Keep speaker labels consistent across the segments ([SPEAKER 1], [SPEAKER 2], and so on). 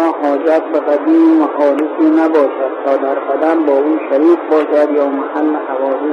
[SPEAKER 1] حاجت به قدیم و حادثی نباشد تا در قدم با او شریک باشد یا محل حوادث.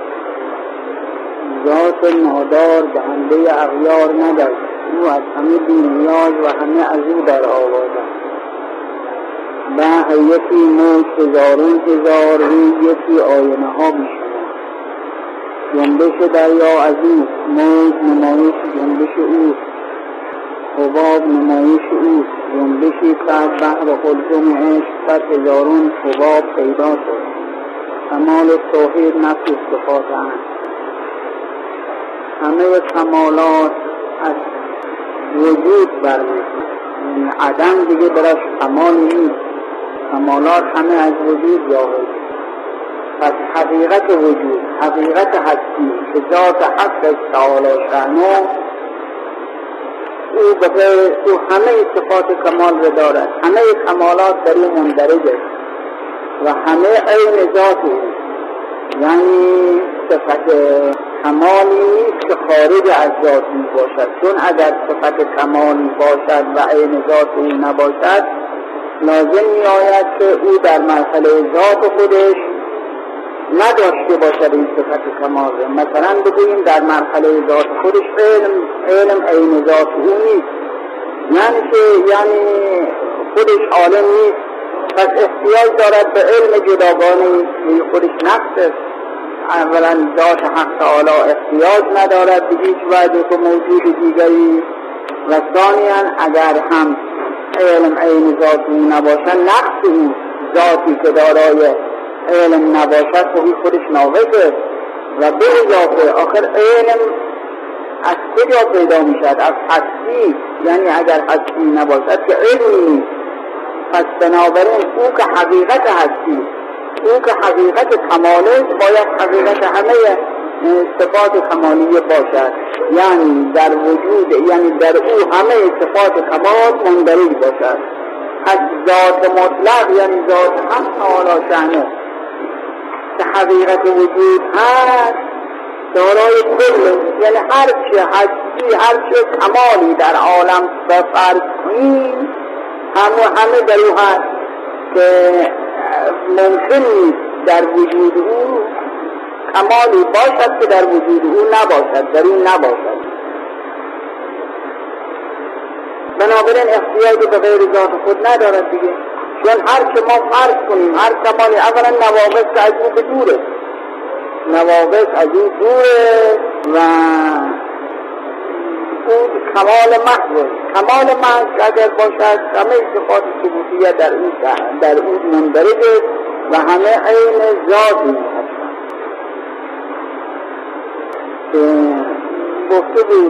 [SPEAKER 1] ذات نادار دهنده اغیار ندارد، او از همه بی‌نیاز و همه از او در آواز است. بحر یکی موج هزارون هزار، روی یکی آینه ها بیشتر. جنبش دریا از اوست، موج نمایش جنبش اوست، حباب نمایش اوست. جنبشی کرد بحر قلزم عشق، صد هزارون حباب پیدا شد. کمال توحید نفس صفات است. همه کمالات از وجود برمیاد، یعنی عدم دیگه درش کمالی نیست. کمالات همه از وجود ظاهر. پس حقیقت وجود، حقیقت هستی که ذات حق تعالی شأنه، او همه صفات کمال را دارد. همه کمالات در او مندرج است و همه عین ذات او. یعنی صفت کمالی نیست که خارج از ذات می باشد، چون اگر صفت کمالی باشد و عین ذات او نباشد، لازم می آید که او در مرحله ذات خودش نداشته باشد این صفت کمال. مثلا بگوییم در مرحله ذات خودش علم عین ذات او نیست، یعنی خودش عالم نیست، پس احتیاج دارد به علم جداگانه خودش نقص. اولا ذات حق تعالی احتیاج ندارد به هیچ وجه که موجود دیگری، و ثانیاً اگر هم علم عین ذات او نباشد، نقص او ذاتی که دارای علم نباشد تو خودش ناقصه. و به اضافه آخر علم از کجا پیدا میشد؟ از هستی. یعنی اگر هستی نباشد که علمی نیست. پس بنابراین او که حقیقت هستی، او که حقیقت کماله، باید حقیقت همه صفات کمالیه باشد. یعنی در وجود، یعنی در او همه صفات کمال مندرج باشد. از ذات مطلق، یعنی ذات حق تعالی شأنه که حقیقت وجود هست، دارای کل، یعنی هر چه هستی، هر چه کمالی در عالم فرض کنیم، همه در او هست که ممکن نیست در وجود او کمالی باشد که در وجود او نباشد، در او نباشد. بنابراین احتیاج به غیر ذات خود ندارد دیگه، چون هر که ما فرض کنیم هر کمالی، اولا نواقص از او دوره، نواقص از او دوره و او کمال محض، کمال محض اگر باشد همه صفات ثبوتیه در او مندرجه و همه عین ذاتی هستند. گفته بود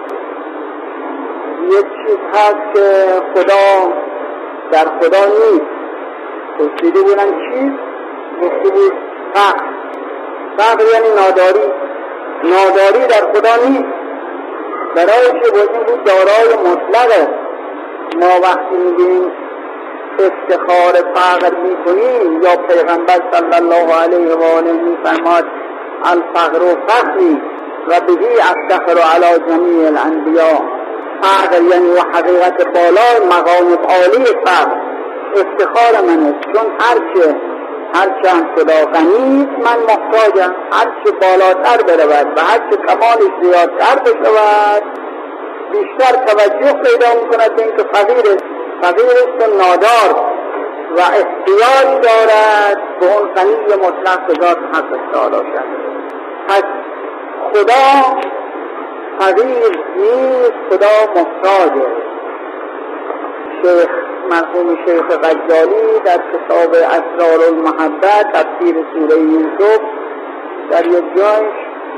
[SPEAKER 1] یک چیز هست که خدا در خدا نیست. گفته بودن چیز؟ گفته بود فقر. فقر یعنی ناداری. ناداری در خدا نیست، برای که باید بود دارای مطلقه. ما وقتی میگیم افتخار فقر میکنیم، یا پیغمبر صلی الله علیه و آله میفرماد الفقر و فخری و بهی افتخر علی جمیع الانبیاء. فقر یعنی و حقیقت بالای مقام عالی فقر افتخار من است، چون هرچه هم خدا غنی است من محتاجم. هرچه بالاتر برود و هرچه کمالش زیادتر بشود بیشتر توجه پیدا میکند به اینکه فقیر است و نادار و احتیاج دارد به اون غنی مطلق به ذات حق تعالی شد. پس خدا فقیر نیست، خدا محتاجه. مرحوم شیخ غزالی در کتاب اسرار المحبت تفسیر سوره یوسف در یک جایش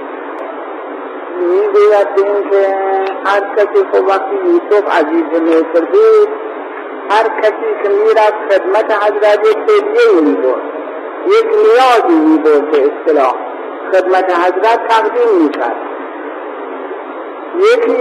[SPEAKER 1] میگوید به این که هر کسی که وقتی یوسف عزیز مصر بود، هر کسی که میرفت خدمت حضرت یک فدیه میبرد، یک نیازی میبرد، به اصطلاح خدمت حضرت تقدیم میکرد. یکی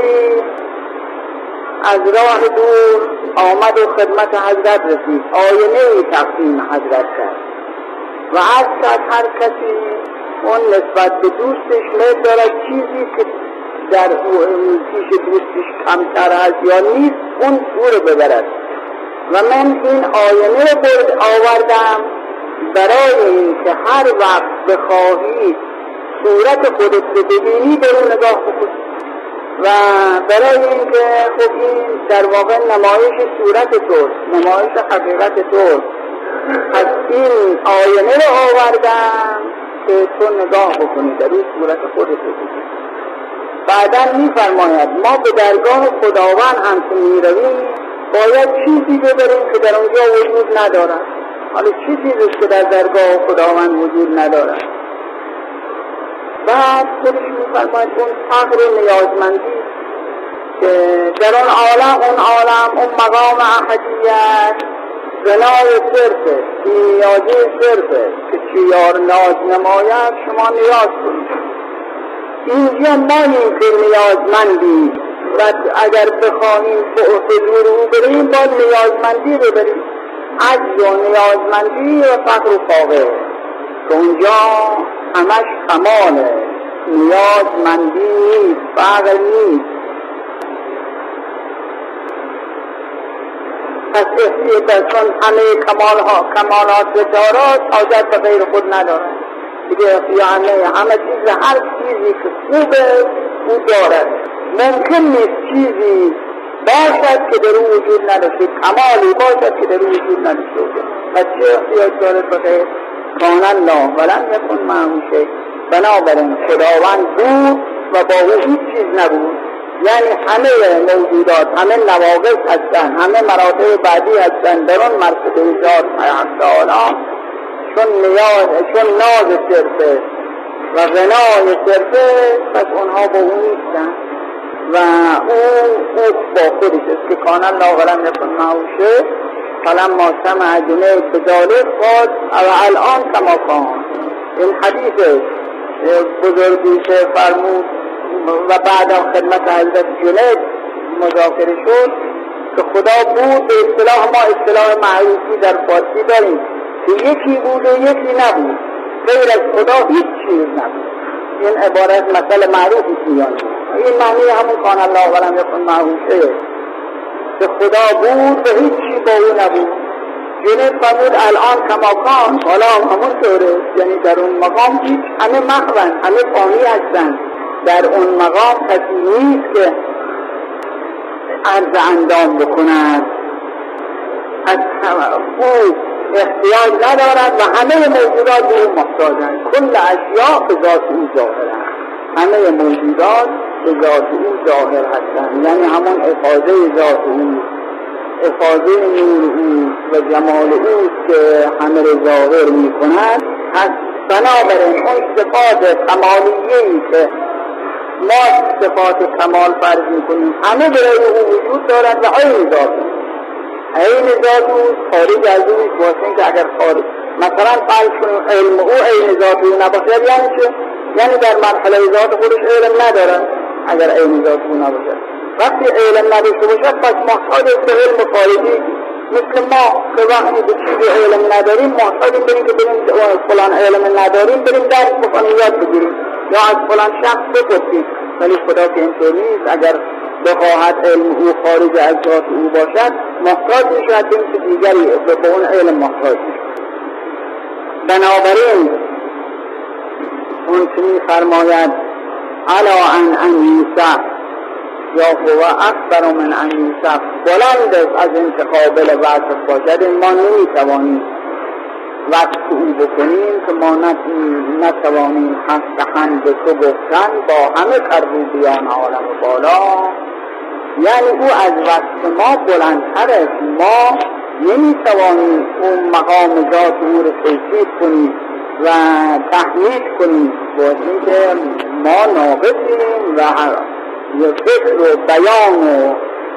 [SPEAKER 1] از راه دور آمد و خدمت حضرت رسید، آینه تقدیم حضرت کرد و از هر کسی اون نسبت به دوستش میل دارد چیزی که در پیش دوستش کمتر هست یا نیست، اون او رو ببرد. و من این آینه رو آوردم برای این که هر وقت بخواهی صورت خودت رو ببینی به اون نگاه بکنی و برای این که خب این در واقع نمایش صورت توست، نمایش حقیقت توست. از این آینه رو آوردم که تو نگاه بکنی در این صورت خودت رو ببینی. بعداً می‌فرماید ما به درگاه خداوند هم که می‌رویم باید چیزی ببریم که در اونجا وجود ندارد. حالا چی چیزیست که در درگاه خداوند وجود ندارد؟ بعد خودش می‌فرماید اون فقر و نیازمندی که در اون عالم اون مقام احدیت زنای صرفه، نیازی صرفه که چیار ناز نماید شما نیاز کنید. اینجا ماییم که نیازمندی و اگر بخواهیم به حضور او بریم باید نیازمندی ببریم، عجز و نیازمندی و فقر و فاقه که اونجا همش کماله، نیازمندی نیست، فقر نیست. پس احتیاج همه کمالات دارد حاجت به غیر خود ندارد دیگه. یعنی همه چیز، هر چیزی که خوبه او دارد. ممکن نیست چیزی باشد که در او وجود نداشته، کمالی باشد که در او وجود نداشته. پس چه احتیاج دارد به غیر؟ کان الله ولم یکن معه شیء. بنابراین خداوند بود و با او هیچ چیز نبود. یعنی همه موجودات، همه نواقص هستن، همه مراتب بعدی هستن در اون مرتبه ذات حق تعالی، چون ناز صرفه و غنای صرفه، پس اونها با اون نیستن و او با خودش است که کان الله ولم یکن معه شیء فلما سمع جنید بذلک قال الان کما کان. این حدیث بزرگی که فرمود و بعد از خدمت حضرت جنید مذاکره شد که خدا بود. به اصطلاح ما اصطلاح معروفی در فارسی داریم که یکی بود و یکی نبود، غیر از خدا هیچ چیز نبود. این عبارت مثل معروفی میاد. این معنی همون کان الله ولم یکن معه شیء که خدا بود و هیچ چیز با او نبود. جنید فرمود الان کما کان، حالا همون طوره، یعنی در اون مقام هیچ، همه محون، همه فانی هستند. در اون مقام کسی نیست که عرض اندام بکند، از او احتیاج ندارد و همه موجودات به او محتاجند. کل اشیاء به ذات او ظاهرند، همه موجودات به ذات او ظاهر هستند. یعنی همون افاظه ذات او، افاظه نور او و جمال او که همه را ظاهر می کند هست. بنابراین اون صفات کمالیه‌ای که ما صفات کمال فرض میکنیم همه برای او وجود دارد و عین ذات او خارج از او نیست. واسه که اگر خارج مثلا فرض کنیم علم او عین ذات او نباشد یعنی چه؟ یعنی در مرحله ذات خودش علم ندارد. اگر عین ذات او نباشد، وقتی علم نداشته باشد پس محتاج است به علم خارجی. مثل ما که وقتی به چیزی علم نداریم محتاجیم بریم که بریم فلان علم نداریم بریم درس بخونیم یاد بگیریم یا از فلان شخص بپرسیم. ولی خدا که اینطور نیست. اگر بخواهد علم او خارج از ذات او باشد محتاج میشود به این دیگری به اون علم محتاج میشود. بنابراین اون که میفرماید علا ان یوسف یا هو اکبر من ان یوسف، بلند از این که قابل وصف باشد. ما نمیتوانیم وقت او بکنیم که ما نتوانیم حقا به تو گفتن با همه کروبیان عالم بالا. یعنی او از وقت ما بلندتر است. ما نمیتوانیم اون مقام ذات او رو توصیف کنیم و تحمید کنیم با اینکه ما ناقصیم و فکر و بیان و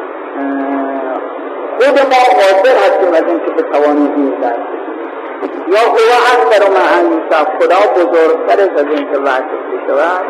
[SPEAKER 1] خود ما قادر هستیم از اینکه بتوانیم این درک. یا هو اکبر من ان یوسف، خدا بزرگتر است از اینکه وصف شود.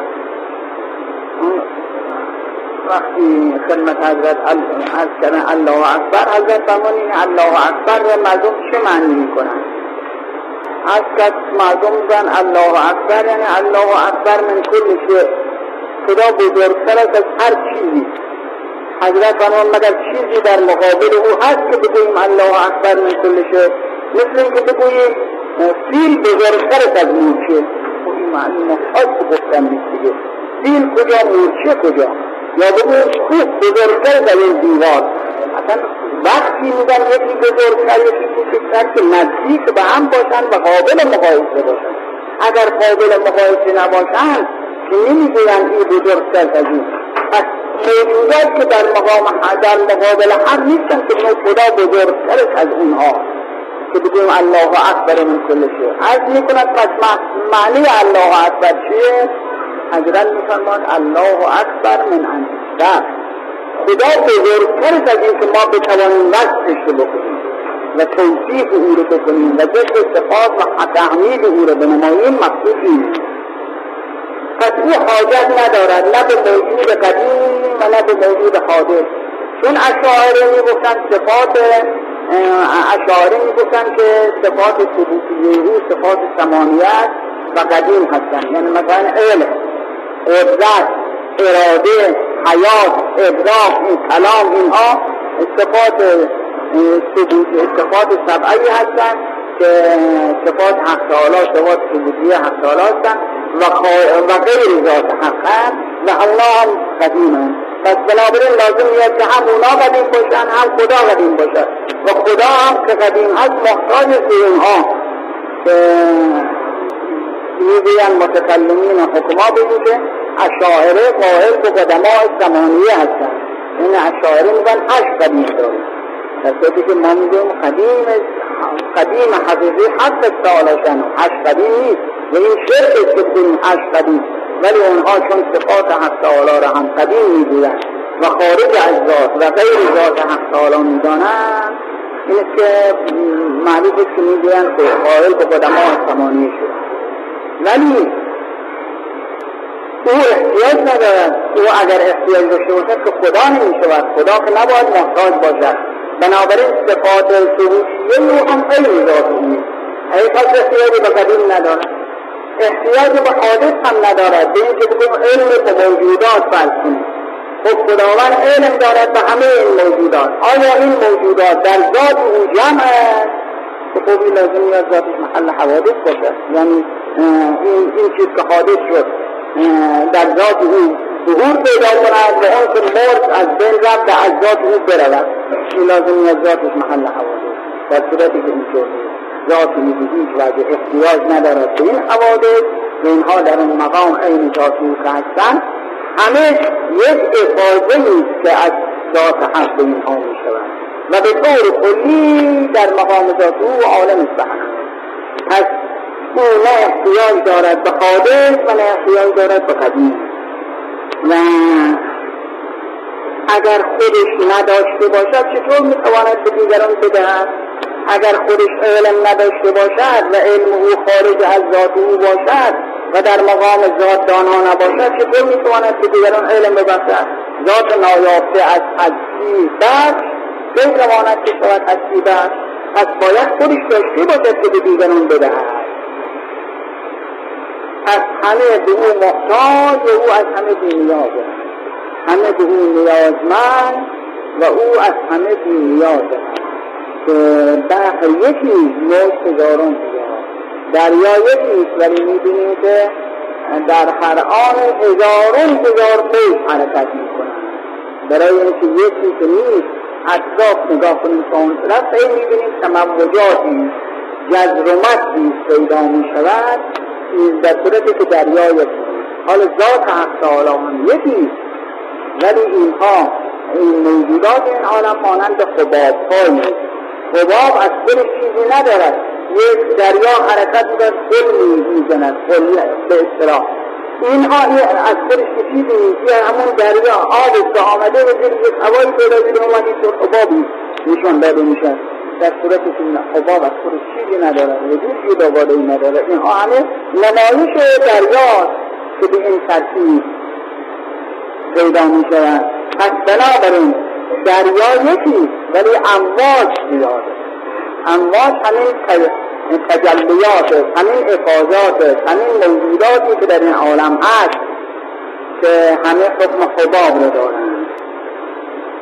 [SPEAKER 1] وقتی خدمت حضرت عرض کردن الله اکبر، حضرت فرمودن الله اکبر و مردم چه معنی میکنن؟ از که مردم میگن الله اکبر یعنی الله اکبر من کل شیء، خدا بزرگتر است از هر چیزی. حضرت فرمود مگر چیزی در مقابل او هست که بگوییم الله اکبر من کل شیء؟ مثل این که بگوییم فیل بزرگتر از مورچه. این معنی محتاج که گفتن نیست دیگه. فیل کجا، مورچه کجا؟ یا بگوییم خوب بزرگتر از این دیوار. اصلا وقتی میگن یکی بزرگتر یکی کوچکتر که نزدیک به هم باشن و قابل مقایسه باشن. اگر قابل مقایسه نباشن که نمیگوین این بزرگتر از این. پس موجودات که در مقابل هم نیستن که خدا بزرگتر از اونها که بگویم الله اکبر من کل شیء. عرض میکند پس معنی الله اکبر چیه؟ حضرت میفرماد الله اکبر من انفسک. خدا بزرگتر از این که ما بتوانیم وصفش بکنیم و توصیف او رو بکنیم و ذکر صفات و تحمید او رو بنماییم مقصود نیست. پس او حاجت ندارد نه به موجود قدیم و نه به موجود حادث. چون اشاعره میگفتن که صفات ثبوتیه او صفات ثمانیت و قدیم هستن. یعنی مثلا علم، قدرت، اراده، حیات، ادراک، کلام، اینها صفات ثبوتی، صفات سبعی هستن که صفات حق تعالی، صفات ثبوتیه حق تعالی هستن و غیر ذات حق و الله هم قدیمه. پس بنابراین لازم میاد که هم اونا قدیم باشن هم خدا قدیم باشن و خدا هم که قدیم هست محتاج به اونها که میگوین متکلمین و حکما بگو که اشاعره قائل به قدماء ثمانیه هستن. این اشاعره میگن 8 قدیم داریم، در صورتی که ما میگیم قدیم حقیقی حق تعالی شن 8 قدیم نیست و این شرک است که بگیم 8 قدیم، ولی اونها چون صفات حق تعالی را هم قدیم میگوین و خارج از ذات و غیر ذات حق تعالی میدانن، این است که معنی است که میگوین قائل به قدماء ثمانیه شد. ولی او احتیاج ندارد. او اگر احتیاج داشته باشد که خدا نمیشود، خدا که نباید محتاج باشد. بنابراین صفات ثبوتیه او هم غیر ذات اوست. ای پس احتیاج به قدیم ندارد، احتیاج به حادث هم ندارد. به این که بگم علم به موجودات فرض کنیم. خب خداوند علم دارد به همه این موجودات. آیا این موجودات در ذات او جمع است؟ خب این لازم نیاز ذاتش محل حوادث باشد. یعنی این چیز که حادث شد در ذات او ظهور پیدا کند و اون که مرد از بین رفت از ذات او برود، این لازم نیاز ذاتش محل حوادث. در صورتی که این شد ذات او به هیچ وجه احتیاج ندارد به این حوادث و اینها در اون مقام عین ذات او که هستند، همه یک افاظه نیست که از ذات حق به اینها می شود و به طور کلی در مقام ذات او عالم است. پس او نه احتیاج دارد به حادث و نه احتیاج دارد به قدیم و اگر خودش نداشته باشد چطور میتواند به دیگران بدهد؟ اگر خودش علم نداشته باشد و علم او خارج از ذات او باشد و در مقام ذات دانا نباشد چطور میتواند به دیگران علم ببخشد؟ ذات نایافته از هستی بخش بتواند که شود هستی بخش، پس باید خودش داشته باشد که به دیگران بدهد. از همه به او محتاج و او از همه بی‌نیازه. همه به او نیازمند و او از همه بی‌نیازه. که بحر یکی موج هزاران هزار، دریا یکیست ولی می‌بینیم که در هر آن هزاران هزار موج حرکت می‌کنند. برای اینکه یکی که نیست اطراف نگاه کنیم که اون طرف این می‌بینیم تموجاتی جزر و مدی پیدا می‌شود در صورتی که دریا یکی. حال ذات حق تعالی هم یکی، ولی اینها این موجودات این عالم مانند حباب‌هایی. حباب از خودش چیزی ندارد، یک دریا حرکت می‌کند کل می‌زند به اصطلاح. اینها از خودش چیزی نیست، همون دریا آب که آمده و زیر یک هوایی پیدا بیرون اومد این حبابی نشان داده میشن. در صورتی که حباب از خودش چیزی ندارد، وجود جداگانه‌ای ندارد. اینها همه نمایش دریاست که به این ترتیب پیدا میشوند. پس بنابراین دریا یکی ولی امواج زیاده. امواج همین تجلیات، همین افاظات، همین موجوداتی که در این عالم هست که همه حکم حباب رو دارند.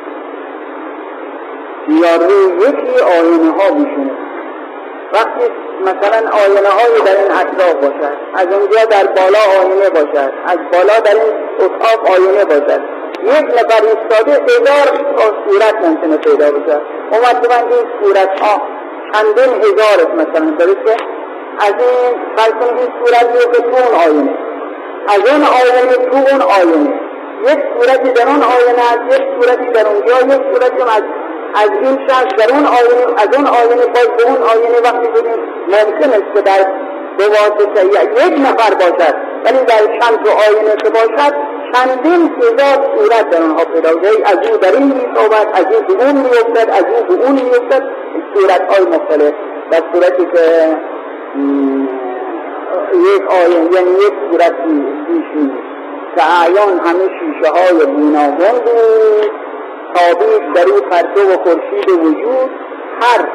[SPEAKER 1] یا روی یکی آینه ها میشونه. وقتی مثلا آینه هایی در این اطراف باشد، از اونجا در بالا آینه باشد، از بالا در این اتاق آینه باشد، یک نفر ایستاده 1000 صورت ممکنه پیدا بشه. اومد این صورت ها چندین هزار مثلا درسته، از این فرض این صورت میفته تو اون آینه، از اون آینه تو اون آینه، یک صورتی در اون آینه است، یک صورتی در اونجا، یک صورتی از این شخص در اون آینه، از اون آینه باز به اون آینه. وقتی بودیم ممکن است که در به واسطه یک نفر باشد، ولی در چند تا آینه که باشد چندین هزار صورت در اونها پیدا شد. از او در این می‌صحبت، از او به اون می‌افتد، از او به اون می‌افتد، صورت‌های مختلف. در صورتی که یک آینه یعنی یک صورت پیش می‌آید که اعیان همه شیشه‌های گوناگون بود، تابید در او پرتو و خورشید وجود. هر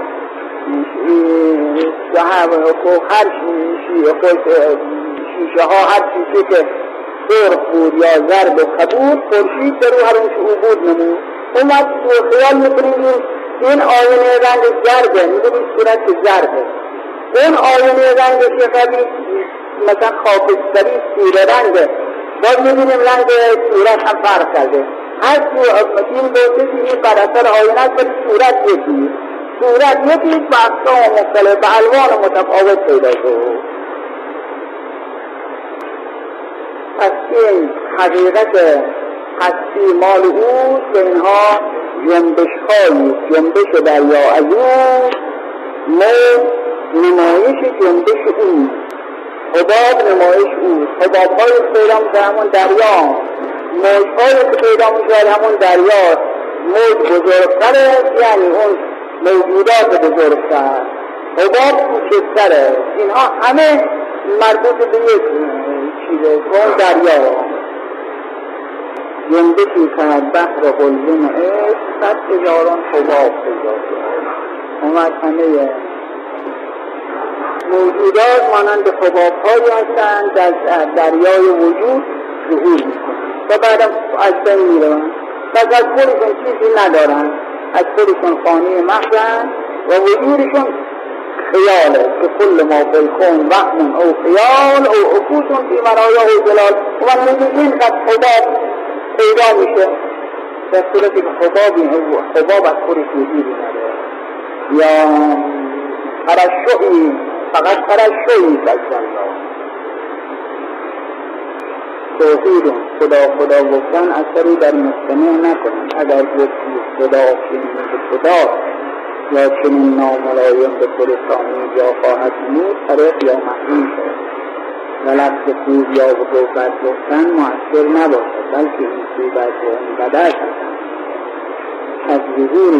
[SPEAKER 1] شیشه ها، هر شیشه که سرخ بود یا زرد و کبود، خورشید در او هر اون که او بود نمود. اومد تو خیال میکنیم این آینه رنگ زرده، میدونیم صورت زرده، اون آینه رنگ شفایی مثلا خاکستری سیره رنگه، باز میبینیم رنگ صورت هم فرق کرده. هر این دوستی این بر اثر آینه است، صورت یکی، صورت یکی با اقسام مختلف و الوان متفاوت پیدا شد. پس این حقیقت هستی مال اوست و اینها جنبش هایی، جنبش دریا از او نمایش جنبش اوست، حباب نمایش اوست. حباب های پیدا میشه همون دریا، موج هایی که پیدا میشه همون دریا. موج بزرگتره یعنی اون موجودات بزرگتر، حباب کوچکتره. اینها همه مربوط به یک چیزه، اون دریا. جنبشی کند بحر قلزم عشق، 100,000 حباب پیدا شد. اومد همه موجودات مانند حباب هایی هستند در دریای وجود ظهور میکنند و بعدم از بین میروند و از خودشون چیزی ندارند، از خودشون فانی محضند و وجودشون خیاله که کل ما فی الکون وهم او خیال او عکوس فی مرایا و جلال. و من میگیم که حباب پیدا میشه در صورتی که حباب از خودش وجودی نداره، یا ترشحی، فقط ترشحی کالجنة. توحید خدا گفتن اثری در مستمع نکنن. اگر گفتی خدا خدا یا چنین ناملایم به طور ثانی جا خواهد نمود، طریق یا محروم شد و لفظ خوب یا بزرگت گفتن مؤثر نباشد، بلکه این صورت و این بدش از ظهور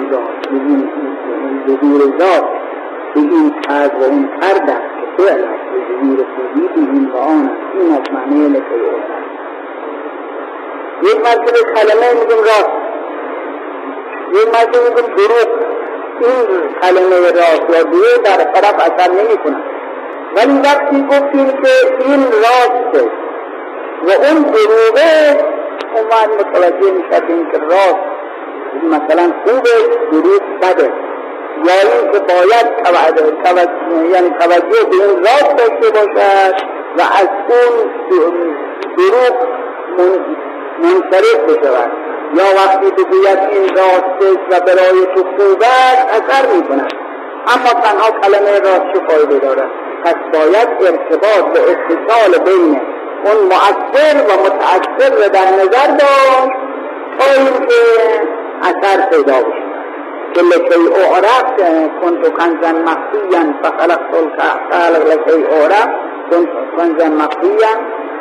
[SPEAKER 1] ذات به این طرز و این طرد است که فعل است به ظهور خوبی به این و آن است. این از معنی لکه اوزن. یک مرتبه کلمه میگم راست، یک مرتبه میگم دروغ. این کلمه راست و دروغ در طرف اثر نمی کنند، ولی وقتی گفتیم که این راسته و اون دروغه، اومد متوجه میشد این که راست مثلا خوبه، دروغ بده، یا این که باید توجه به این راست داشته باشد و از اون دروغ منصرف بشود. یا وقتی بگوید این راست و برای تو خوب است اثر می کند، اما تنها کلمه راست چه فایده دارد؟ پس باید ارتباط و اتصال بین اون مؤثر و متأثر را در نظر داشت تا اینکه اثر پیدا بشود. که لکی اعرف کنتو کنزا مخفیا فخلقت الخلق، لکی اعرف کنتو کنزا مخفیا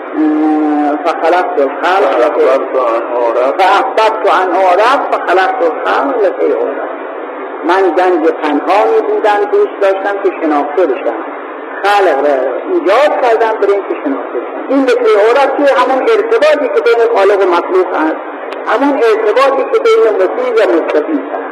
[SPEAKER 1] فخلقت الخلق فأحببت أن أعرف فخلقت الخلق لکی اعرف. من گنج پنهانی بودم، دوست داشتم که شناخته بشم، خلق را ایجاد کردم برای اینکه شناخته بشم. این لکی اعرف که همون ارتباطی که بین خالق و مخلوق است، همون ارتباطی که بین مسیح و مستفید است.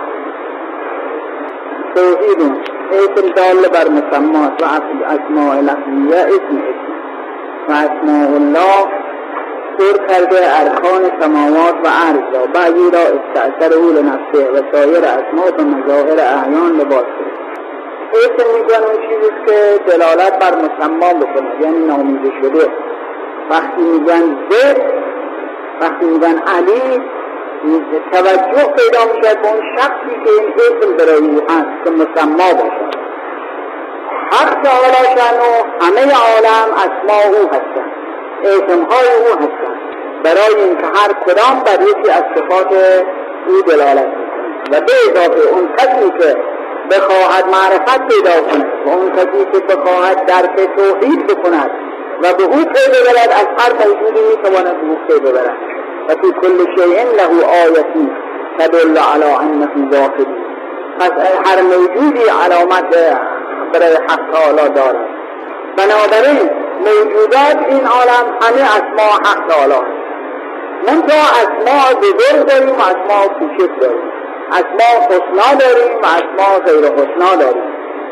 [SPEAKER 1] توحید اسم دال بر مسمات و اسماء لفظیه اسم و اسماء الله پر کرده ارکان سماوات و عرض را، بعضی را استأثر او لنفسه و سایر اسما و مظاهر اعیان لباس کرد. اسم میگن اون چیزیست که دلالت بر مسما بکنه، یعنی نامیده شده. وقتی میگن زد، وقتی میگن علی، توجه پیدا میشه به اون شخصی که این اسم برای او هست که مسما باشه. حق تعالی شأنه همه عالم اسما او هستند، اسمهای او هستند، برای اینکه هر کدام بر یکی از صفات او دلالت میکنه. و به اضافه اون کسی که بخواهد معرفت پیدا کند و اون کسی که بخواهد درک توحید بکند و به او پی ببرد، از هر موجودی میتواند به او پی ببرد. و فی کل شیء له آیتی تدل علی انه واحد. پس هر موجودی علامت برای حق تعالی دارد. بنابراین موجودات این عالم همه اسماء حق تعالی هست. منتها اسماء بزرگ داریم و اسماء کوچک داریم، اسماء حسنا داریم و اسماء غیر حسنا داریم.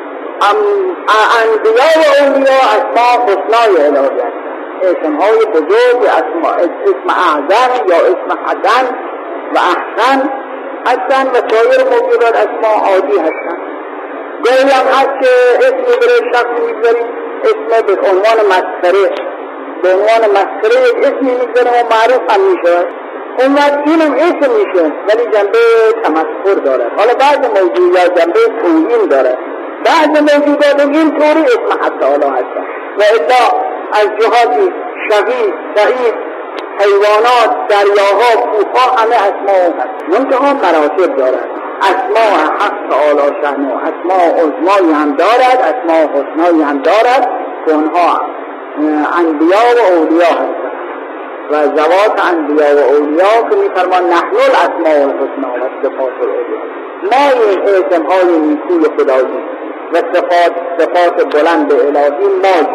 [SPEAKER 1] انبیاء و اولیا اسماء حسنای الهی هستند، اسمهای بزرگ، اسم اعظم یا اسم حسن و احسن هستند و سایر موجودات اسماء عادی هستند. گاهی هم هست که اسمی برای شخص میگذاریم، اسم به عنوان مسخره، به عنوان مسخره اسمی میگذاریم و معروف هم میشه، اون وقت اینم اسم میشه ولی جنبه تمسخر داره. حالا بعض موجودات جنبه توهین داره، بعض موجودات این طوری اسم حق تعالی هستن و الا از جهاتی شقی، سعید، حیوانات، دریاها، کوهها همه اسماء هست. منتها مراتب دارد. اسماء حق تعالی شأنه اسماء عظمایی هم دارد، اسماء حسنایی هم دارد که اونها انبیاء و اولیا هستند و ذوات انبیاء و اولیا که میفرمان نحن الاسماء الحسنا و صفات العلی. ما این اسمهای نیکوی خدایی و صفات بلند الهی ما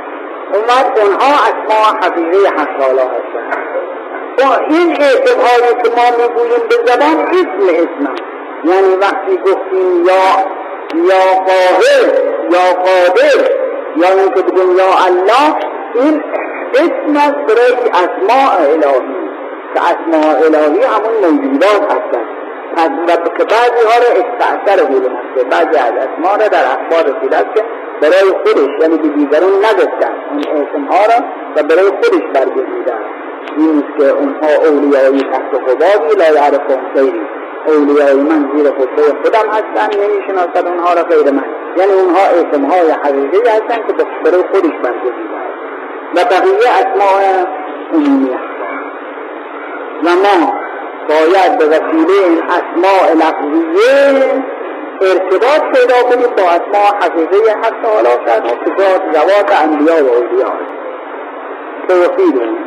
[SPEAKER 1] اونها اسماء حقیقی حق تعالی هستند. و این اسمهایی که ما میگوییم به زبان اسم یعنی وقتی گفتیم یا قاهر یا قادر یا اینکه بگیم یا الله، این اسم است برای اسماء الهی که اسماء الهی همون موجودات هستند و که بعضی ها را استأثر بوده هست، بعضی از اسماء را در اخبار رسیده است که برای خودش یعنی به دیگران نگفتن اون اسمها را و برای خودش برگزیدن. این است که اونها اولیایی تحت قبابی لا یعرفون غیری، اولیای من زیر خطه خودم هستن، نمیشناسد اونها را غیر من. یعنی اونها اسمهای حقیقی هستن که برای خودش برگزیدن و بقیه اسماء عمومی هستن. و ما باید به وسیله این اسماء لفظیه ارتباط پیدا کنیم با اسماء حقیقی حق تعالی شأنه که ذوات انبیاء و اولیا هست. توحید